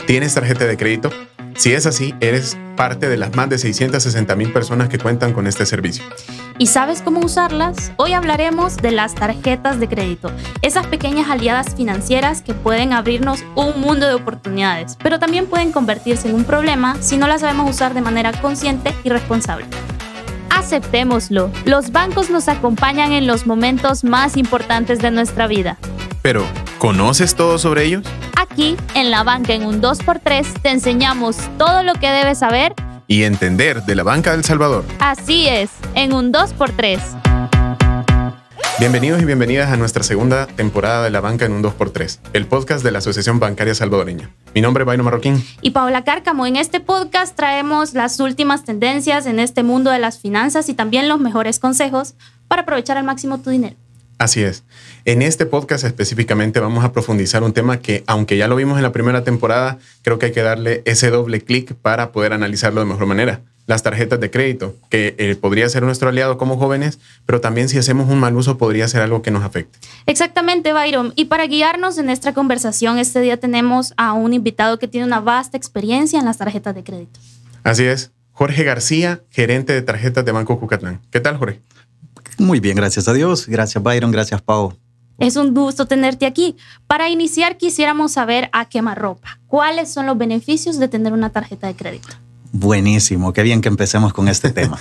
¿Tienes tarjeta de crédito? Si es así, eres parte de las más de 660,000 personas que cuentan con este servicio. ¿Y sabes cómo usarlas? Hoy hablaremos de las tarjetas de crédito, esas pequeñas aliadas financieras que pueden abrirnos un mundo de oportunidades, pero también pueden convertirse en un problema si no las sabemos usar de manera consciente y responsable. Aceptémoslo, los bancos nos acompañan en los momentos más importantes de nuestra vida. Pero, ¿conoces todo sobre ellos? Aquí, en La Banca en un 2x3, te enseñamos todo lo que debes saber y entender de la banca del Salvador. Así es, en un 2x3. Bienvenidos y bienvenidas a nuestra segunda temporada de La Banca en un 2x3, el podcast de la Asociación Bancaria Salvadoreña. Mi nombre es Byron Marroquín. Y Paola Cárcamo. En este podcast traemos las últimas tendencias en este mundo de las finanzas y también los mejores consejos para aprovechar al máximo tu dinero. Así es. En este podcast específicamente vamos a profundizar un tema que, aunque ya lo vimos en la primera temporada, creo que hay que darle ese doble clic para poder analizarlo de mejor manera. Las tarjetas de crédito, que podría ser nuestro aliado como jóvenes, pero también si hacemos un mal uso podría ser algo que nos afecte. Exactamente, Byron. Y para guiarnos en esta conversación, este día tenemos a un invitado que tiene una vasta experiencia en las tarjetas de crédito. Así es. Jorge García, gerente de tarjetas de Banco Cucatlán. ¿Qué tal, Jorge? Muy bien, gracias a Dios. Gracias, Byron. Gracias, Pau. Es un gusto tenerte aquí. Para iniciar, quisiéramos saber a quemarropa. ¿Cuáles son los beneficios de tener una tarjeta de crédito? Buenísimo, qué bien que empecemos con este tema.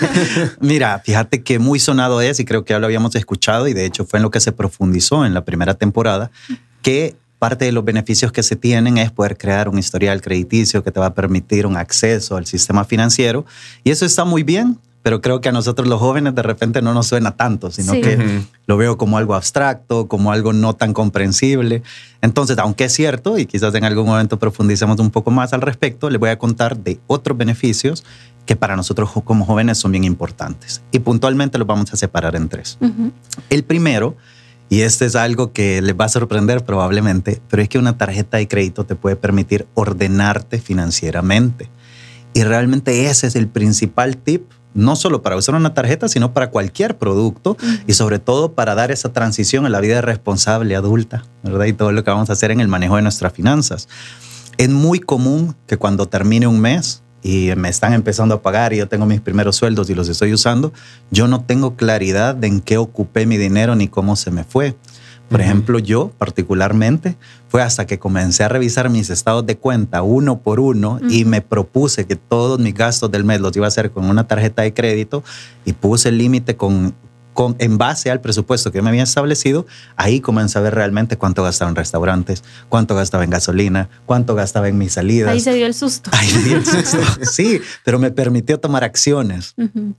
Mira, fíjate que muy sonado es, y creo que ya lo habíamos escuchado, y de hecho fue en lo que se profundizó en la primera temporada, que parte de los beneficios que se tienen es poder crear un historial crediticio que te va a permitir un acceso al sistema financiero, y eso está muy bien. Pero creo que a nosotros los jóvenes de repente no nos suena tanto, sino que lo veo como algo abstracto, como algo no tan comprensible. Entonces, aunque es cierto, y quizás en algún momento profundicemos un poco más al respecto, les voy a contar de otros beneficios que para nosotros como jóvenes son bien importantes. Y puntualmente los vamos a separar en tres. El primero, y este es algo que les va a sorprender probablemente, pero es que una tarjeta de crédito te puede permitir ordenarte financieramente. Y realmente ese es el principal tip, no solo para usar una tarjeta, sino para cualquier producto y sobre todo para dar esa transición a la vida responsable adulta, ¿verdad? Y todo lo que vamos a hacer en el manejo de nuestras finanzas. Es muy común que cuando termine un mes y me están empezando a pagar y yo tengo mis primeros sueldos y los estoy usando, yo no tengo claridad de en qué ocupé mi dinero ni cómo se me fue. Por ejemplo, yo particularmente fue hasta que comencé a revisar mis estados de cuenta uno por uno y me propuse que todos mis gastos del mes los iba a hacer con una tarjeta de crédito y puse el límite en base al presupuesto que me había establecido. Ahí comencé a ver realmente cuánto gastaba en restaurantes, cuánto gastaba en gasolina, cuánto gastaba en mis salidas. Ahí se dio el susto. Ahí se dio el susto, sí, pero me permitió tomar acciones.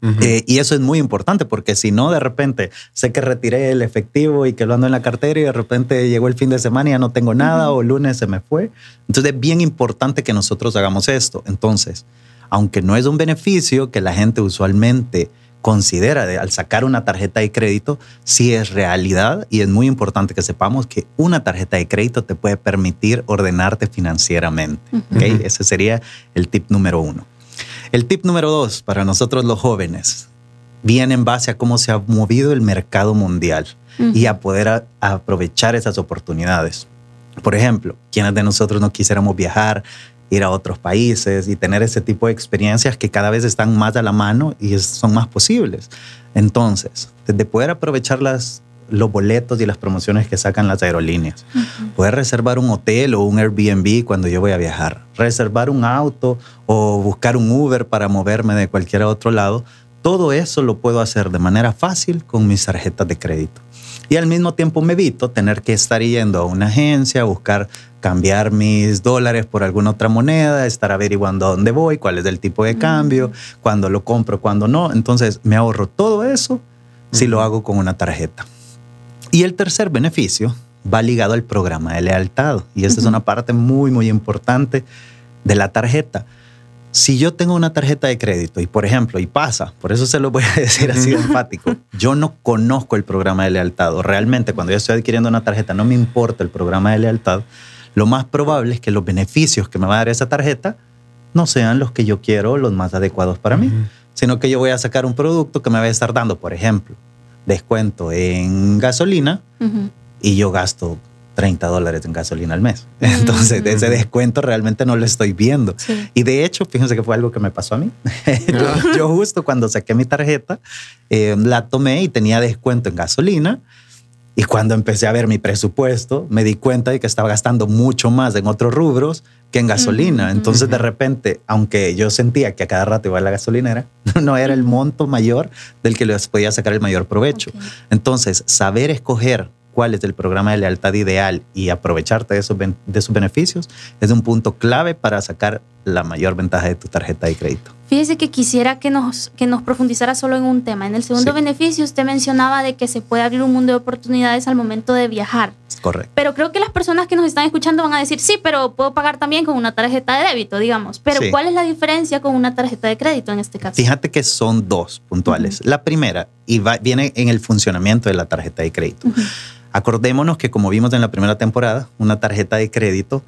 Y eso es muy importante porque si no, de repente sé que retiré el efectivo y que lo ando en la cartera y de repente llegó el fin de semana y ya no tengo nada o el lunes se me fue. Entonces es bien importante que nosotros hagamos esto. Entonces, aunque no es un beneficio que la gente usualmente considera al sacar una tarjeta de crédito, sí es realidad y es muy importante que sepamos que una tarjeta de crédito te puede permitir ordenarte financieramente. ¿Okay? Ese sería el tip número 1. El tip número 2 para nosotros los jóvenes viene en base a cómo se ha movido el mercado mundial y a poder aprovechar esas oportunidades. Por ejemplo, ¿quiénes de nosotros no quisiéramos viajar, ir a otros países y tener ese tipo de experiencias que cada vez están más a la mano y son más posibles? Entonces, desde poder aprovechar los boletos y las promociones que sacan las aerolíneas, poder reservar un hotel o un Airbnb cuando yo voy a viajar, reservar un auto o buscar un Uber para moverme de cualquier otro lado, todo eso lo puedo hacer de manera fácil con mis tarjetas de crédito. Y al mismo tiempo me evito tener que estar yendo a una agencia, buscar cambiar mis dólares por alguna otra moneda, estar averiguando a dónde voy, cuál es el tipo de cambio, cuándo lo compro, cuándo no. Entonces me ahorro todo eso si lo hago con una tarjeta. Y el tercer beneficio va ligado al programa de lealtad. Y esta es una parte muy, muy importante de la tarjeta. Si yo tengo una tarjeta de crédito y, por ejemplo, y pasa, por eso se lo voy a decir así de enfático, yo no conozco el programa de lealtad o realmente cuando yo estoy adquiriendo una tarjeta no me importa el programa de lealtad, lo más probable es que los beneficios que me va a dar esa tarjeta no sean los que yo quiero, los más adecuados para mí, sino que yo voy a sacar un producto que me va a estar dando, por ejemplo, descuento en gasolina y yo gasto $30 en gasolina al mes. Entonces, ese descuento realmente no lo estoy viendo. Sí. Y de hecho, fíjense que fue algo que me pasó a mí. yo justo cuando saqué mi tarjeta, la tomé y tenía descuento en gasolina. Y cuando empecé a ver mi presupuesto, me di cuenta de que estaba gastando mucho más en otros rubros que en gasolina. Entonces, de repente, aunque yo sentía que a cada rato iba a la gasolinera, no era el monto mayor del que les podía sacar el mayor provecho. Okay. Entonces, saber escoger cuál es el programa de lealtad ideal y aprovecharte de esos beneficios es un punto clave para sacar la mayor ventaja de tu tarjeta de crédito. Fíjese que quisiera que nos profundizara solo en un tema. En el segundo beneficio usted mencionaba de que se puede abrir un mundo de oportunidades al momento de viajar. Correcto. Pero creo que las personas que nos están escuchando van a decir, sí, pero puedo pagar también con una tarjeta de débito, digamos. Pero ¿cuál es la diferencia con una tarjeta de crédito en este caso? Fíjate que son dos puntuales. La primera, viene en el funcionamiento de la tarjeta de crédito. Acordémonos que, como vimos en la primera temporada, una tarjeta de crédito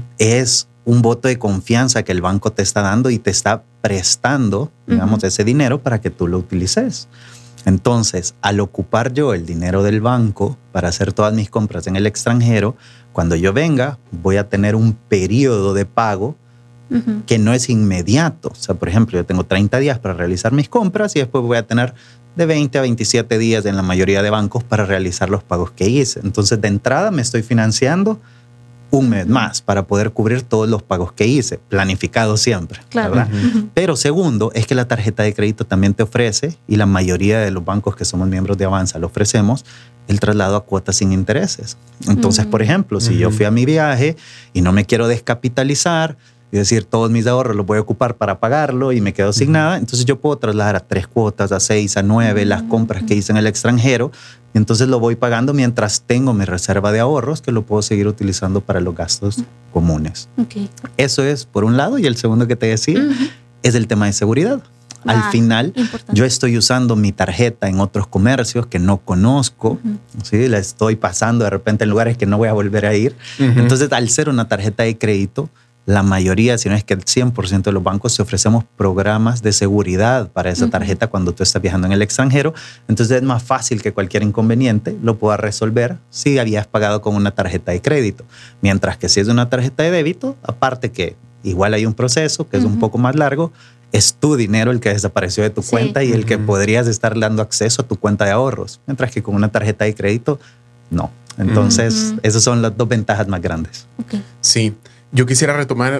es un voto de confianza que el banco te está dando y te está prestando, digamos, ese dinero para que tú lo utilices. Entonces, al ocupar yo el dinero del banco para hacer todas mis compras en el extranjero, cuando yo venga, voy a tener un periodo de pago que no es inmediato. O sea, por ejemplo, yo tengo 30 días para realizar mis compras y después voy a tener de 20 a 27 días en la mayoría de bancos para realizar los pagos que hice. Entonces, de entrada me estoy financiando un mes más para poder cubrir todos los pagos que hice, planificado siempre, claro, ¿verdad? Pero segundo, es que la tarjeta de crédito también te ofrece, y la mayoría de los bancos que somos miembros de Avanza lo ofrecemos, el traslado a cuotas sin intereses. Entonces, por ejemplo, si yo fui a mi viaje y no me quiero descapitalizar, es decir, todos mis ahorros los voy a ocupar para pagarlo y me quedo sin nada, entonces yo puedo trasladar a 3 cuotas, a 6, a 9 las compras que hice en el extranjero, y entonces lo voy pagando mientras tengo mi reserva de ahorros que lo puedo seguir utilizando para los gastos comunes. Eso es por un lado, y el segundo que te decía es el tema de seguridad. Al final, yo estoy usando mi tarjeta en otros comercios que no conozco, ¿sí? La estoy pasando de repente en lugares que no voy a volver a ir. Entonces, al ser una tarjeta de crédito, la mayoría, si no es que el 100% de los bancos, te ofrecemos programas de seguridad para esa tarjeta cuando tú estás viajando en el extranjero. Entonces es más fácil que cualquier inconveniente lo puedas resolver si habías pagado con una tarjeta de crédito. Mientras que si es una tarjeta de débito, aparte que igual hay un proceso que es un poco más largo, es tu dinero el que desapareció de tu cuenta y el que podrías estar dando acceso a tu cuenta de ahorros. Mientras que con una tarjeta de crédito, no. Entonces, esas son las dos ventajas más grandes. Sí. Yo quisiera retomar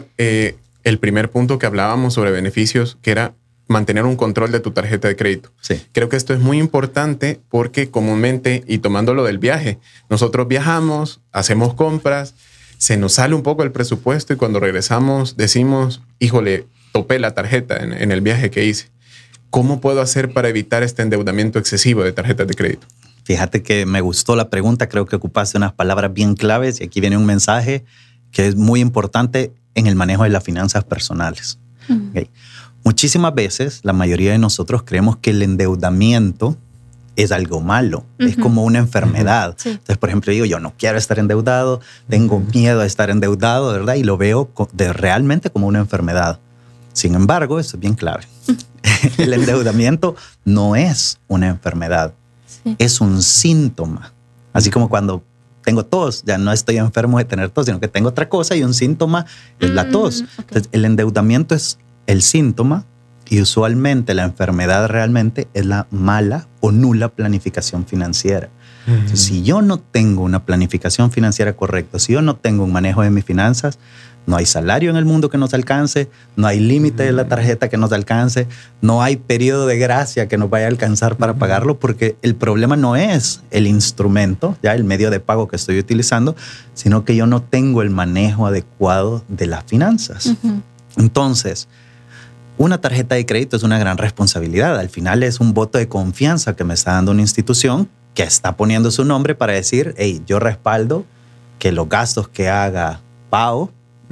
el primer punto que hablábamos sobre beneficios, que era mantener un control de tu tarjeta de crédito. Sí. Creo que esto es muy importante porque comúnmente, y tomando lo del viaje, nosotros viajamos, hacemos compras, se nos sale un poco el presupuesto y cuando regresamos decimos, híjole, topé la tarjeta en el viaje que hice. ¿Cómo puedo hacer para evitar este endeudamiento excesivo de tarjetas de crédito? Fíjate que me gustó la pregunta, creo que ocupaste unas palabras bien claves y aquí viene un mensaje que es muy importante en el manejo de las finanzas personales. Muchísimas veces, la mayoría de nosotros creemos que el endeudamiento es algo malo, es como una enfermedad. Entonces, por ejemplo, digo, yo no quiero estar endeudado, tengo miedo a estar endeudado, ¿verdad? Y lo veo realmente como una enfermedad. Sin embargo, esto es bien clave. El endeudamiento no es una enfermedad, es un síntoma. Así como cuando tengo tos, ya no estoy enfermo de tener tos, sino que tengo otra cosa y un síntoma es la tos. Entonces, el endeudamiento es el síntoma y usualmente la enfermedad realmente es la mala o nula planificación financiera. Entonces, si yo no tengo una planificación financiera correcta, si yo no tengo un manejo de mis finanzas, no hay salario en el mundo que nos alcance, no hay límite de la tarjeta que nos alcance, no hay periodo de gracia que nos vaya a alcanzar para pagarlo, porque el problema no es el instrumento, ya el medio de pago que estoy utilizando, sino que yo no tengo el manejo adecuado de las finanzas. Entonces, una tarjeta de crédito es una gran responsabilidad. Al final es un voto de confianza que me está dando una institución que está poniendo su nombre para decir, hey, yo respaldo que los gastos que haga Pau,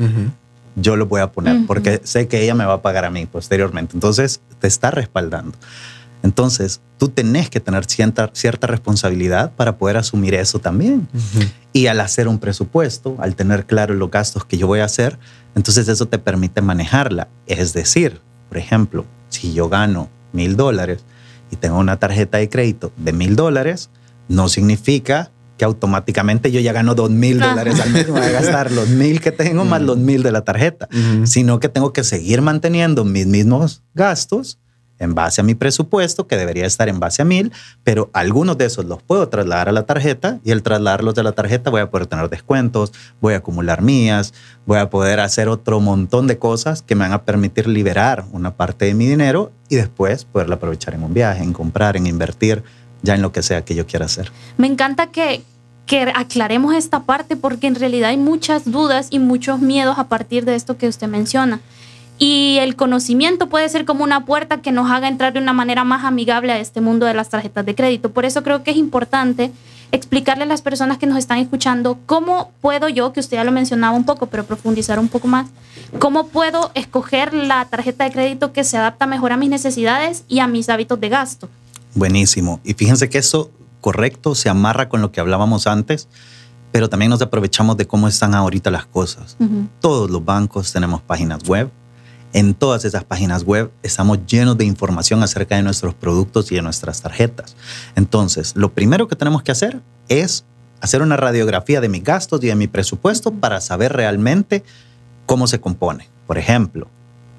yo lo voy a poner porque sé que ella me va a pagar a mí posteriormente. Entonces, te está respaldando. Entonces, tú tenés que tener cierta responsabilidad para poder asumir eso también. Y al hacer un presupuesto, al tener claro los gastos que yo voy a hacer, entonces eso te permite manejarla. Es decir, por ejemplo, si yo gano $1,000 y tengo una tarjeta de crédito de $1,000, no significa que automáticamente yo ya gano $2,000 al mes. Me voy a gastar los 1,000 que tengo más los 1,000 de la tarjeta, sino que tengo que seguir manteniendo mis mismos gastos en base a mi presupuesto, que debería estar en base a 1,000, pero algunos de esos los puedo trasladar a la tarjeta, y al trasladarlos de la tarjeta voy a poder tener descuentos, voy a acumular millas, voy a poder hacer otro montón de cosas que me van a permitir liberar una parte de mi dinero y después poderla aprovechar en un viaje, en comprar, en invertir, ya en lo que sea que yo quiera hacer. Me encanta que aclaremos esta parte, porque en realidad hay muchas dudas y muchos miedos a partir de esto que usted menciona. Y el conocimiento puede ser como una puerta que nos haga entrar de una manera más amigable a este mundo de las tarjetas de crédito. Por eso creo que es importante explicarle a las personas que nos están escuchando cómo puedo yo, que usted ya lo mencionaba un poco, pero profundizar un poco más, cómo puedo escoger la tarjeta de crédito que se adapta mejor a mis necesidades y a mis hábitos de gasto. Buenísimo. Y fíjense que eso, correcto, se amarra con lo que hablábamos antes, pero también nos aprovechamos de cómo están ahorita las cosas. Todos los bancos tenemos páginas web. En todas esas páginas web estamos llenos de información acerca de nuestros productos y de nuestras tarjetas. Entonces, lo primero que tenemos que hacer es hacer una radiografía de mis gastos y de mi presupuesto para saber realmente cómo se compone. Por ejemplo,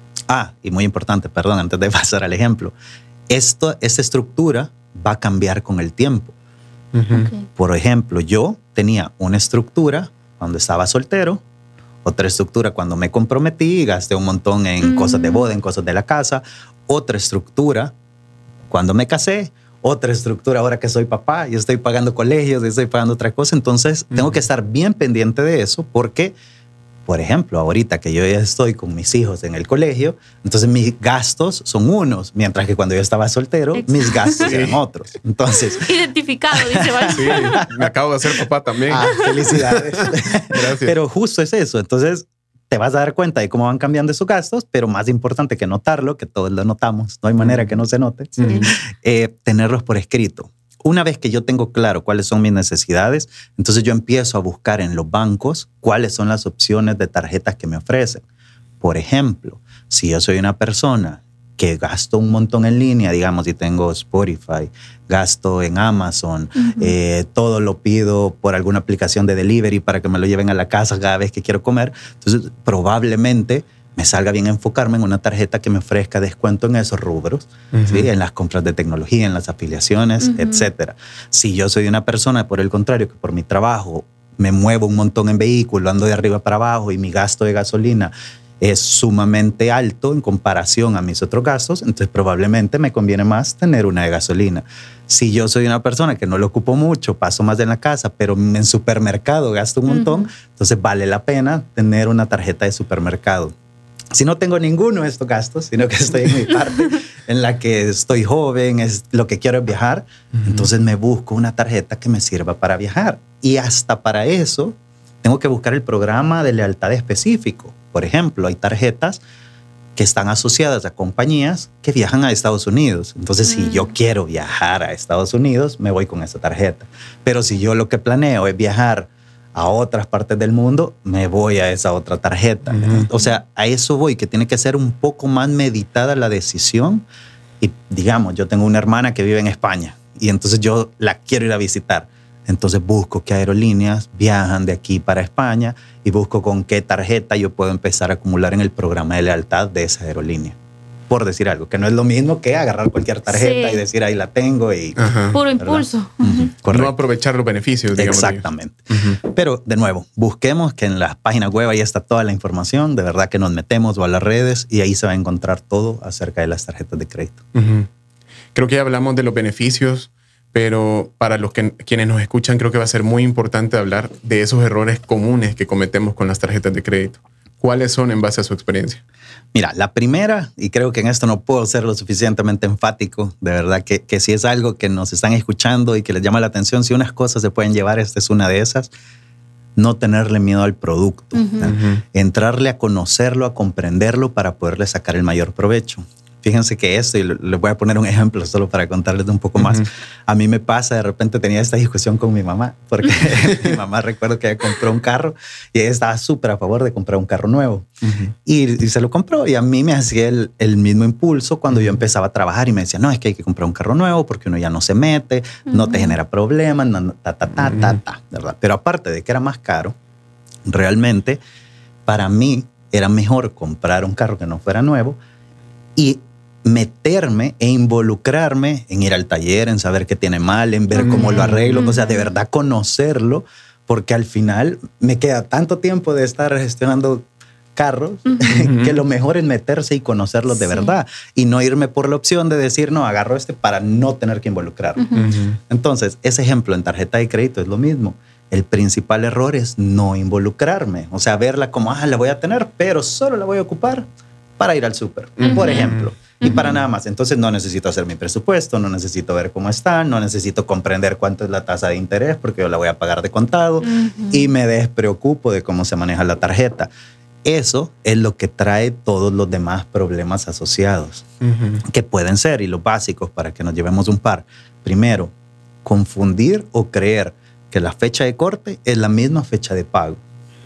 y muy importante, perdón, antes de pasar al ejemplo, esta estructura va a cambiar con el tiempo. Por ejemplo, yo tenía una estructura cuando estaba soltero, otra estructura cuando me comprometí y gasté un montón en cosas de boda, en cosas de la casa. Otra estructura cuando me casé. Otra estructura ahora que soy papá y estoy pagando colegios y estoy pagando otra cosa. Entonces tengo que estar bien pendiente de eso porque, por ejemplo, ahorita que yo ya estoy con mis hijos en el colegio, entonces mis gastos son unos, mientras que cuando yo estaba soltero, mis gastos eran otros. Entonces, identificado, dice Val. Sí, me acabo de hacer papá también. Felicidades. Gracias. Pero justo es eso. Entonces, te vas a dar cuenta de cómo van cambiando esos gastos, pero más importante que notarlo, que todos lo notamos, no hay manera que no se note, tenerlos por escrito. Una vez que yo tengo claro cuáles son mis necesidades, entonces yo empiezo a buscar en los bancos cuáles son las opciones de tarjetas que me ofrecen. Por ejemplo, si yo soy una persona que gasto un montón en línea, digamos, si tengo Spotify, gasto en Amazon, todo lo pido por alguna aplicación de delivery para que me lo lleven a la casa cada vez que quiero comer, entonces probablemente me salga bien enfocarme en una tarjeta que me ofrezca descuento en esos rubros, ¿sí? En las compras de tecnología, en las afiliaciones, etc. Si yo soy una persona, por el contrario, que por mi trabajo me muevo un montón en vehículo, ando de arriba para abajo y mi gasto de gasolina es sumamente alto en comparación a mis otros gastos, entonces probablemente me conviene más tener una de gasolina. Si yo soy una persona que no lo ocupo mucho, paso más en la casa, pero en supermercado gasto un montón, entonces vale la pena tener una tarjeta de supermercado. Si no tengo ninguno de estos gastos, sino que estoy en mi parte en la que estoy joven, es lo que quiero es viajar, entonces me busco una tarjeta que me sirva para viajar. Y hasta para eso tengo que buscar el programa de lealtad específico. Por ejemplo, hay tarjetas que están asociadas a compañías que viajan a Estados Unidos. Entonces, si yo quiero viajar a Estados Unidos, me voy con esa tarjeta. Pero si yo lo que planeo es viajar a otras partes del mundo, me voy a esa otra tarjeta. O sea, a eso voy, que tiene que ser un poco más meditada la decisión. Y digamos, yo tengo una hermana que vive en España y entonces yo la quiero ir a visitar. Entonces busco qué aerolíneas viajan de aquí para España y busco con qué tarjeta yo puedo empezar a acumular en el programa de lealtad de esa aerolínea. Por decir algo, que no es lo mismo que agarrar cualquier tarjeta y decir ahí la tengo y... Puro impulso. No aprovechar los beneficios, digamos. Exactamente. Pero de nuevo, busquemos que en las páginas web ahí está toda la información. De verdad que nos metemos o a las redes y ahí se va a encontrar todo acerca de las tarjetas de crédito. Creo que ya hablamos de los beneficios, pero para los quienes nos escuchan creo que va a ser muy importante hablar de esos errores comunes que cometemos con las tarjetas de crédito. ¿Cuáles son en base a su experiencia? Mira, la primera, y creo que en esto no puedo ser lo suficientemente enfático, de verdad que si es algo que nos están escuchando y que les llama la atención, si unas cosas se pueden llevar, esta es una de esas, no tenerle miedo al producto, entrarle a conocerlo, a comprenderlo para poderle sacar el mayor provecho. fíjense que esto, y les voy a poner un ejemplo solo para contarles un poco más. A mí me pasa, de repente tenía esta discusión con mi mamá, porque mi mamá recuerdo que ella compró un carro y ella estaba súper a favor de comprar un carro nuevo. Y se lo compró y a mí me hacía el mismo impulso cuando yo empezaba a trabajar y me decía, no, es que hay que comprar un carro nuevo porque uno ya no se mete, no te genera problemas, ¿verdad? Pero aparte de que era más caro, realmente para mí era mejor comprar un carro que no fuera nuevo y meterme e involucrarme en ir al taller, en saber qué tiene mal, en ver cómo lo arreglo, o sea, de verdad conocerlo, porque al final me queda tanto tiempo de estar gestionando carros que lo mejor es meterse y conocerlos de verdad y no irme por la opción de decir, no, agarro este para no tener que involucrarme. Entonces, ese ejemplo en tarjeta de crédito es lo mismo. El principal error es no involucrarme, o sea, verla como, la voy a tener, pero solo la voy a ocupar para ir al súper, por ejemplo, y para nada más. Entonces no necesito hacer mi presupuesto, no necesito ver cómo está, no necesito comprender cuánto es la tasa de interés porque yo la voy a pagar de contado y me despreocupo de cómo se maneja la tarjeta. Eso es lo que trae todos los demás problemas asociados, que pueden ser, y los básicos para que nos llevemos un par. Primero, confundir o creer que la fecha de corte es la misma fecha de pago.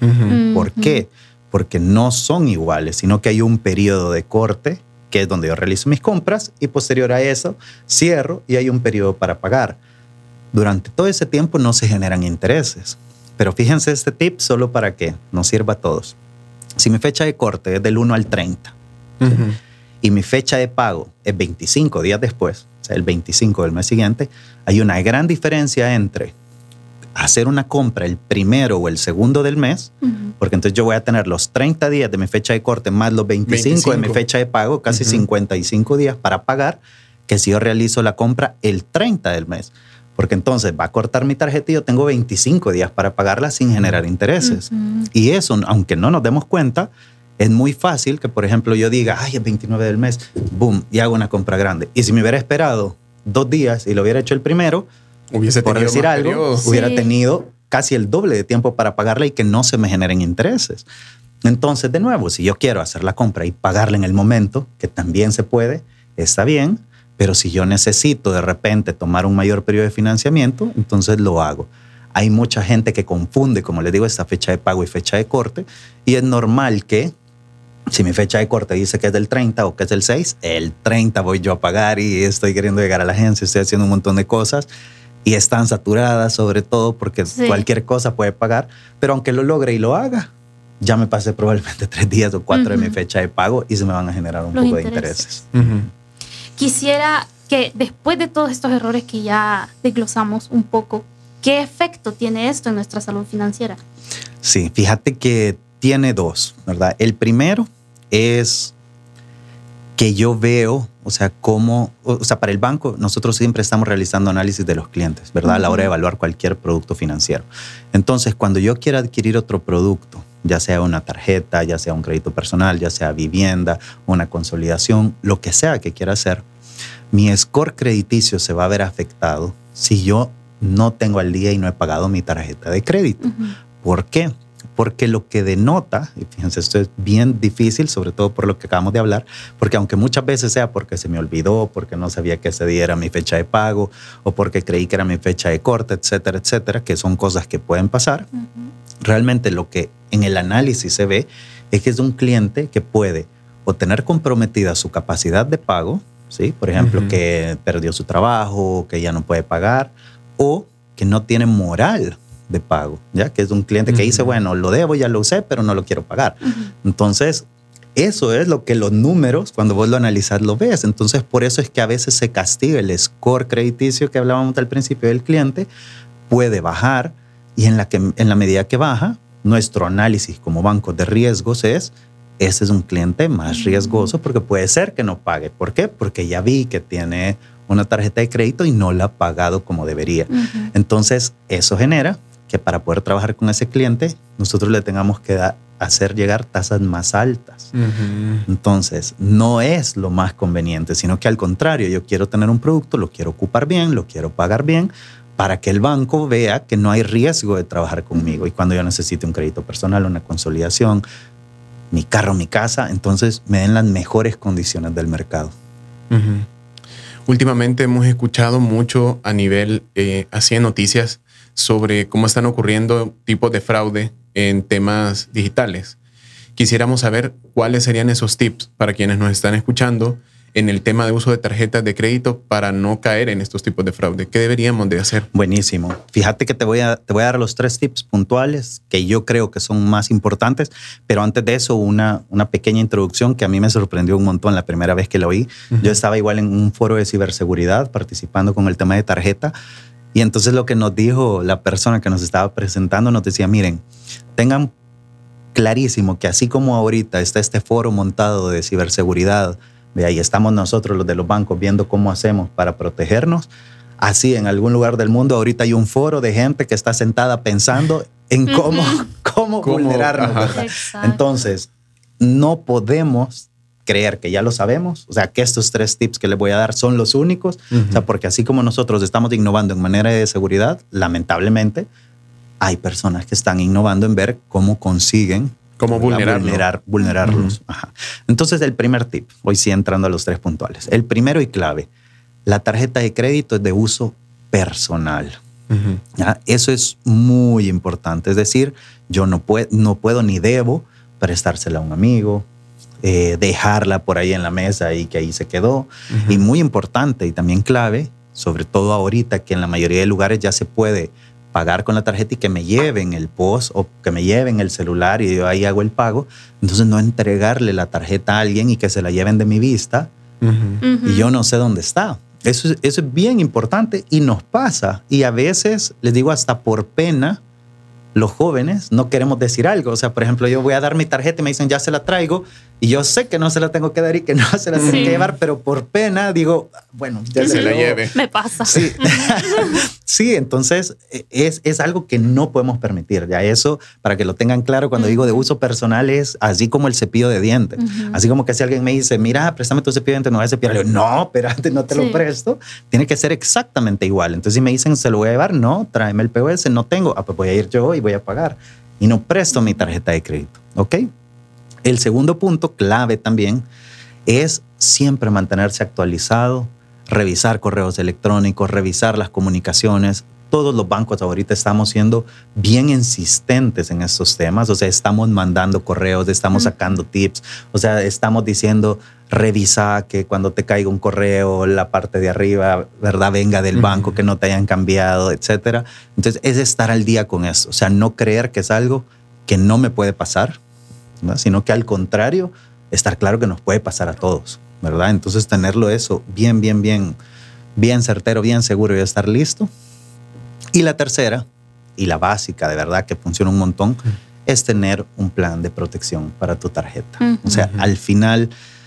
¿Por qué? Porque no son iguales, sino que hay un periodo de corte, que es donde yo realizo mis compras, y posterior a eso cierro y hay un periodo para pagar. Durante todo ese tiempo no se generan intereses. Pero fíjense este tip solo para que nos sirva a todos. Si mi fecha de corte es del 1 al 30 ¿sí? Y mi fecha de pago es 25 días después, o sea, el 25 del mes siguiente, hay una gran diferencia entre hacer una compra el primero o el segundo del mes, porque entonces yo voy a tener los 30 días de mi fecha de corte más los 25 de mi fecha de pago, casi 55 días para pagar, que si yo realizo la compra el 30 del mes. Porque entonces va a cortar mi tarjeta y yo tengo 25 días para pagarla sin generar intereses. Y eso, aunque no nos demos cuenta, es muy fácil que, por ejemplo, yo diga, es 29 del mes, boom, y hago una compra grande. Y si me hubiera esperado 2 días y lo hubiera hecho el primero, por decir algo, hubiera tenido casi el doble de tiempo para pagarla y que no se me generen intereses. Entonces, de nuevo, si yo quiero hacer la compra y pagarla en el momento, que también se puede, está bien. Pero si yo necesito de repente tomar un mayor periodo de financiamiento, entonces lo hago. Hay mucha gente que confunde, como les digo, esta fecha de pago y fecha de corte. Y es normal que si mi fecha de corte dice que es del 30 o que es del 6, el 30 voy yo a pagar y estoy queriendo llegar a la agencia, estoy haciendo un montón de cosas y están saturadas sobre todo porque cualquier cosa puede pagar. Pero aunque lo logre y lo haga, ya me pasé probablemente 3 días o 4 de mi fecha de pago y se me van a generar un poco de intereses. Quisiera que después de todos estos errores que ya desglosamos un poco, ¿qué efecto tiene esto en nuestra salud financiera? Sí, fíjate que tiene 2, ¿verdad? El primero es que yo veo, para el banco nosotros siempre estamos realizando análisis de los clientes, ¿verdad? A la hora de evaluar cualquier producto financiero. Entonces, cuando yo quiero adquirir otro producto, ya sea una tarjeta, ya sea un crédito personal, ya sea vivienda, una consolidación, lo que sea que quiera hacer, mi score crediticio se va a ver afectado si yo no tengo al día y no he pagado mi tarjeta de crédito. ¿Por qué? Porque lo que denota, y fíjense, esto es bien difícil, sobre todo por lo que acabamos de hablar, porque aunque muchas veces sea porque se me olvidó, porque no sabía que ese día era mi fecha de pago, o porque creí que era mi fecha de corte, etcétera, etcétera, que son cosas que pueden pasar, realmente lo que en el análisis se ve es que es un cliente que puede o tener comprometida su capacidad de pago, ¿sí? Por ejemplo, que perdió su trabajo, que ya no puede pagar, o que no tiene moral de pago, ¿ya? Que es un cliente que dice, bueno, lo debo, ya lo usé, pero no lo quiero pagar. Entonces, eso es lo que los números, cuando vos lo analizás, lo ves. Entonces, por eso es que a veces se castiga el score crediticio que hablábamos al principio del cliente, puede bajar, y en la medida que baja, nuestro análisis como bancos de riesgos es, ese es un cliente más riesgoso porque puede ser que no pague. ¿Por qué? Porque ya vi que tiene una tarjeta de crédito y no la ha pagado como debería. Entonces, eso genera que para poder trabajar con ese cliente, nosotros le tengamos que hacer llegar tasas más altas. Entonces, no es lo más conveniente, sino que al contrario, yo quiero tener un producto, lo quiero ocupar bien, lo quiero pagar bien, para que el banco vea que no hay riesgo de trabajar conmigo. Y cuando yo necesite un crédito personal, una consolidación, mi carro, mi casa, entonces me den las mejores condiciones del mercado. Últimamente hemos escuchado mucho a nivel, así en noticias, sobre cómo están ocurriendo tipos de fraude en temas digitales. Quisiéramos saber cuáles serían esos tips para quienes nos están escuchando en el tema de uso de tarjetas de crédito para no caer en estos tipos de fraude. ¿Qué deberíamos de hacer? Buenísimo. Fíjate que te voy a dar los 3 tips puntuales que yo creo que son más importantes, pero antes de eso una pequeña introducción que a mí me sorprendió un montón la primera vez que lo oí. Yo estaba igual en un foro de ciberseguridad participando con el tema de tarjeta y entonces lo que nos dijo la persona que nos estaba presentando nos decía, miren, tengan clarísimo que así como ahorita está este foro montado de ciberseguridad, de ahí estamos nosotros los de los bancos viendo cómo hacemos para protegernos. Así en algún lugar del mundo ahorita hay un foro de gente que está sentada pensando en cómo vulnerarnos, ¿verdad? Entonces, no podemos creer que ya lo sabemos, o sea, que estos 3 tips que les voy a dar son los únicos, o sea, porque así como nosotros estamos innovando en manera de seguridad, lamentablemente, hay personas que están innovando en ver cómo consiguen ¿Cómo vulnerarlos? Ajá. Entonces, el primer tip, hoy sí entrando a los 3 puntuales. El primero y clave, la tarjeta de crédito es de uso personal. Eso es muy importante. Es decir, yo no puedo ni debo prestársela a un amigo, dejarla por ahí en la mesa y que ahí se quedó. Y muy importante y también clave, sobre todo ahorita que en la mayoría de lugares ya se puede pagar con la tarjeta y que me lleven el POS o que me lleven el celular y yo ahí hago el pago. Entonces no entregarle la tarjeta a alguien y que se la lleven de mi vista y yo no sé dónde está. Eso es bien importante y nos pasa. Y a veces, les digo, hasta por pena, los jóvenes no queremos decir algo. O sea, por ejemplo, yo voy a dar mi tarjeta y me dicen, ya se la traigo. Y yo sé que no se la tengo que dar y que no se la tengo que llevar, pero por pena digo, bueno, ya se la lleve. Me pasa. Sí, sí, entonces es algo que no podemos permitir. Ya eso, para que lo tengan claro, cuando digo de uso personal, es así como el cepillo de dientes. Así como que si alguien me dice, mira, préstame tu cepillo de dientes, no voy a cepillar. Le digo, no, espérate, no te lo presto. Tiene que ser exactamente igual. Entonces, si me dicen, ¿se lo voy a llevar? No, tráeme el POS, no tengo. Pues voy a ir yo y voy a pagar. Y no presto mi tarjeta de crédito, ¿ok? El segundo punto, clave también, es siempre mantenerse actualizado, revisar correos electrónicos, revisar las comunicaciones. Todos los bancos ahorita estamos siendo bien insistentes en estos temas. O sea, estamos mandando correos, estamos sacando tips. O sea, estamos diciendo, revisa que cuando te caiga un correo, la parte de arriba, ¿verdad? Venga del banco, que no te hayan cambiado, etcétera. Entonces, es estar al día con eso. O sea, no creer que es algo que no me puede pasar, ¿no? Sino que al contrario, estar claro que nos puede pasar a todos, ¿verdad? Entonces tenerlo eso bien certero, bien seguro y estar listo. Y la tercera, y la básica de verdad que funciona un montón, es tener un plan de protección para tu tarjeta. O sea, al final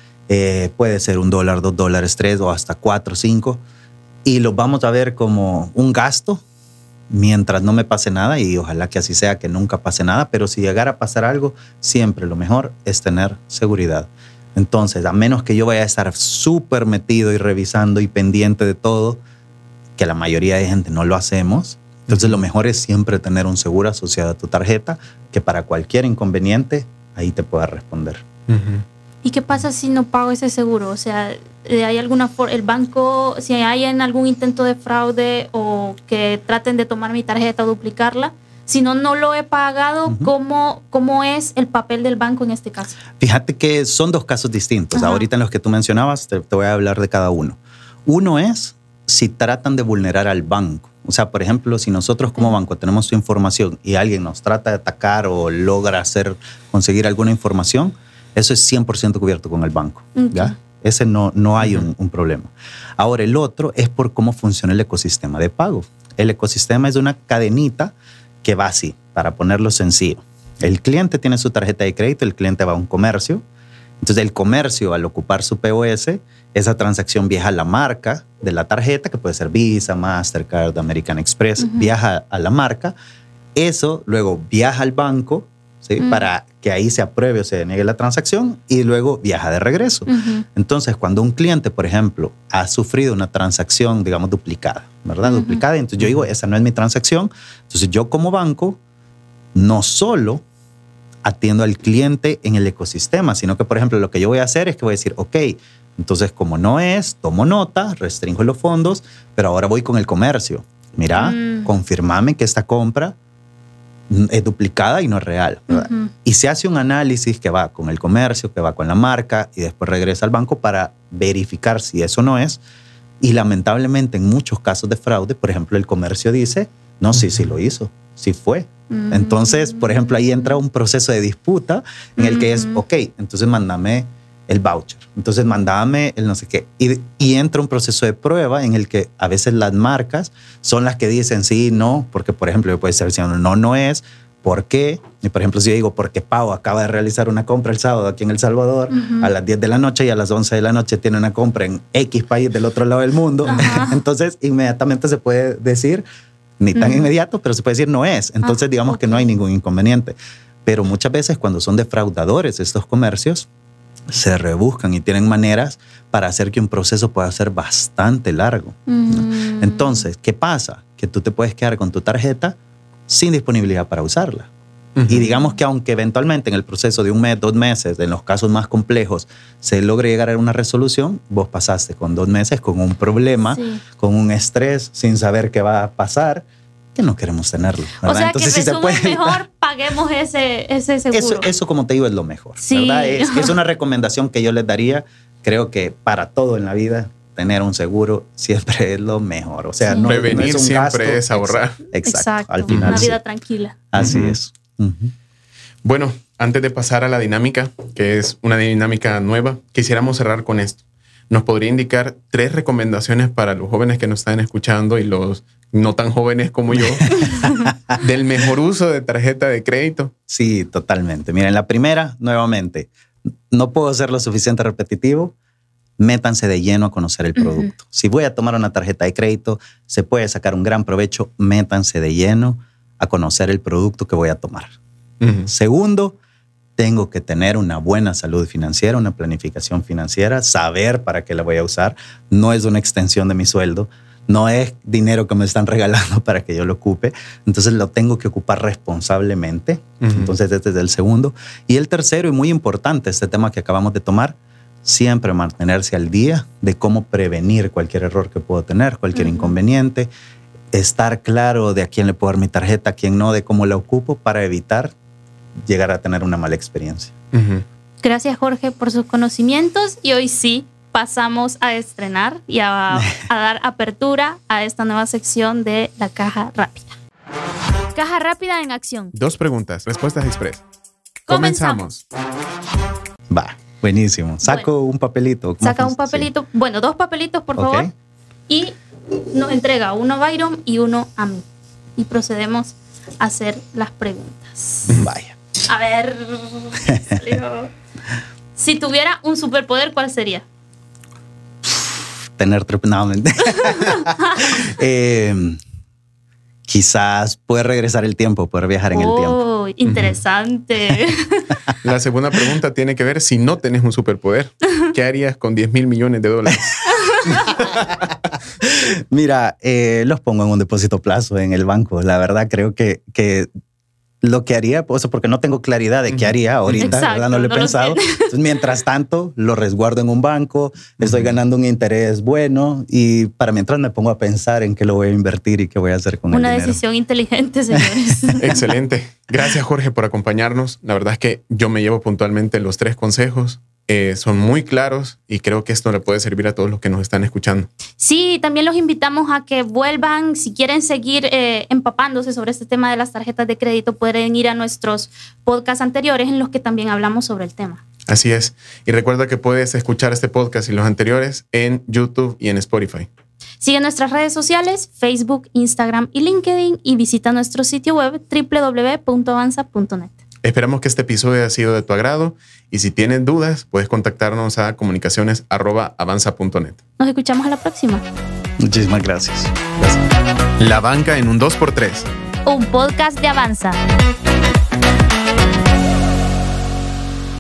puede ser $1, $2, $3 o hasta 4, 5 y lo vamos a ver como un gasto mientras no me pase nada, y ojalá que así sea, que nunca pase nada, pero si llegara a pasar algo, siempre lo mejor es tener seguridad. Entonces, a menos que yo vaya a estar súper metido y revisando y pendiente de todo, que la mayoría de gente no lo hacemos, entonces lo mejor es siempre tener un seguro asociado a tu tarjeta que para cualquier inconveniente ahí te pueda responder. ¿Y qué pasa si no pago ese seguro? O sea, ¿hay alguna el banco, si hay en algún intento de fraude o que traten de tomar mi tarjeta o duplicarla, si no lo he pagado, ¿cómo es el papel del banco en este caso? Fíjate que son 2 casos distintos. Ahorita en los que tú mencionabas, te voy a hablar de cada uno. Uno es si tratan de vulnerar al banco. O sea, por ejemplo, si nosotros como banco tenemos tu información y alguien nos trata de atacar o logra conseguir alguna información, eso es 100% cubierto con el banco. ¿Ya? Ese no hay un problema. Ahora, el otro es por cómo funciona el ecosistema de pago. El ecosistema es una cadenita que va así, para ponerlo sencillo. El cliente tiene su tarjeta de crédito, el cliente va a un comercio. Entonces, el comercio, al ocupar su POS, esa transacción viaja a la marca de la tarjeta, que puede ser Visa, Mastercard, American Express, viaja a la marca. Eso luego viaja al banco, ¿sí? Para que ahí se apruebe o se deniegue la transacción y luego viaja de regreso. Entonces, cuando un cliente, por ejemplo, ha sufrido una transacción, digamos, duplicada, ¿verdad? Duplicada. Entonces yo digo, esa no es mi transacción. Entonces yo como banco no solo atiendo al cliente en el ecosistema, sino que, por ejemplo, lo que yo voy a hacer es que voy a decir, ok, Entonces, como no es, tomo nota, restringo los fondos, pero ahora voy con el comercio. Mira, confirmame que esta compra es duplicada y no es real. Y se hace un análisis que va con el comercio, que va con la marca y después regresa al banco para verificar si eso no es. Y lamentablemente en muchos casos de fraude, por ejemplo, el comercio dice, no, sí lo hizo, sí fue. Entonces, por ejemplo, ahí entra un proceso de disputa en el que es, ok, entonces mándame el voucher, entonces mándame el no sé qué. Y entra un proceso de prueba en el que a veces las marcas son las que dicen sí, no, porque por ejemplo yo puedo estar diciendo no es, ¿por qué? Y por ejemplo si yo digo porque Pau acaba de realizar una compra el sábado aquí en El Salvador a las 10 de la noche y a las 11 de la noche tiene una compra en X país del otro lado del mundo, entonces inmediatamente se puede decir, ni tan inmediato, pero se puede decir no es. Entonces digamos que no hay ningún inconveniente. Pero muchas veces cuando son defraudadores estos comercios, se rebuscan y tienen maneras para hacer que un proceso pueda ser bastante largo. Entonces, ¿qué pasa? Que tú te puedes quedar con tu tarjeta sin disponibilidad para usarla. Y digamos que aunque eventualmente en el proceso de 1 mes, 2 meses, en los casos más complejos, se logre llegar a una resolución, vos pasaste con 2 meses con un problema, con un estrés, sin saber qué va a pasar, que no queremos tenerlo, ¿verdad? O sea, entonces, que si se puede mejor paguemos ese seguro. Eso, como te digo, es lo mejor, ¿verdad? Es una recomendación que yo les daría. Creo que para todo en la vida, tener un seguro siempre es lo mejor. O sea, no prevenir es un siempre gasto. es ahorrar. Exacto. Al final, una vida tranquila. Así es. Bueno, antes de pasar a la dinámica, que es una dinámica nueva, quisiéramos cerrar con esto. ¿Nos podría indicar 3 recomendaciones para los jóvenes que nos están escuchando y los no tan jóvenes como yo del mejor uso de tarjeta de crédito? Sí, totalmente. Miren, la primera, nuevamente, no puedo ser lo suficiente repetitivo. Métanse de lleno a conocer el producto. Si voy a tomar una tarjeta de crédito, se puede sacar un gran provecho. Métanse de lleno a conocer el producto que voy a tomar. Segundo, tengo que tener una buena salud financiera, una planificación financiera, saber para qué la voy a usar. No es una extensión de mi sueldo, no es dinero que me están regalando para que yo lo ocupe. Entonces lo tengo que ocupar responsablemente. Entonces este es el segundo. Y el tercero, y muy importante, este tema que acabamos de tomar, siempre mantenerse al día de cómo prevenir cualquier error que puedo tener, cualquier inconveniente, estar claro de a quién le puedo dar mi tarjeta, a quién no, de cómo la ocupo para evitar llegar a tener una mala experiencia. Gracias, Jorge, por sus conocimientos. Y hoy sí pasamos a estrenar y a dar apertura a esta nueva sección de la Caja Rápida. Caja Rápida en acción. 2 preguntas, respuestas express. Comenzamos. Va, buenísimo. Saco un papelito. Saca un papelito. Sí. Bueno, 2 papelitos, por favor. Y nos entrega uno a Byron y uno a mí. Y procedemos a hacer las preguntas. Vaya. A ver. Si tuviera un superpoder, ¿cuál sería? Tener quizás poder regresar el tiempo, poder viajar en el tiempo. Interesante. La segunda pregunta tiene que ver si no tenés un superpoder. ¿Qué harías con $10,000 millones? Mira, los pongo en un depósito a plazo en el banco. La verdad creo que lo que haría, pues, porque no tengo claridad de qué haría ahorita, ¿verdad? No lo he pensado. Entonces, mientras tanto, lo resguardo en un banco, estoy ganando un interés bueno y para mientras me pongo a pensar en qué lo voy a invertir y qué voy a hacer con el dinero. Una decisión inteligente, señores. Excelente. Gracias, Jorge, por acompañarnos. La verdad es que yo me llevo puntualmente los 3 consejos. Son muy claros y creo que esto le puede servir a todos los que nos están escuchando. Sí, también los invitamos a que vuelvan. Si quieren seguir empapándose sobre este tema de las tarjetas de crédito, pueden ir a nuestros podcasts anteriores en los que también hablamos sobre el tema. Así es. Y recuerda que puedes escuchar este podcast y los anteriores en YouTube y en Spotify. Sigue nuestras redes sociales, Facebook, Instagram y LinkedIn, y visita nuestro sitio web www.avanza.net. Esperamos que este episodio haya sido de tu agrado y si tienes dudas, puedes contactarnos a comunicaciones@avanza.net. Nos escuchamos a la próxima. Muchísimas gracias. La banca en un 2x3. Un podcast de Avanza.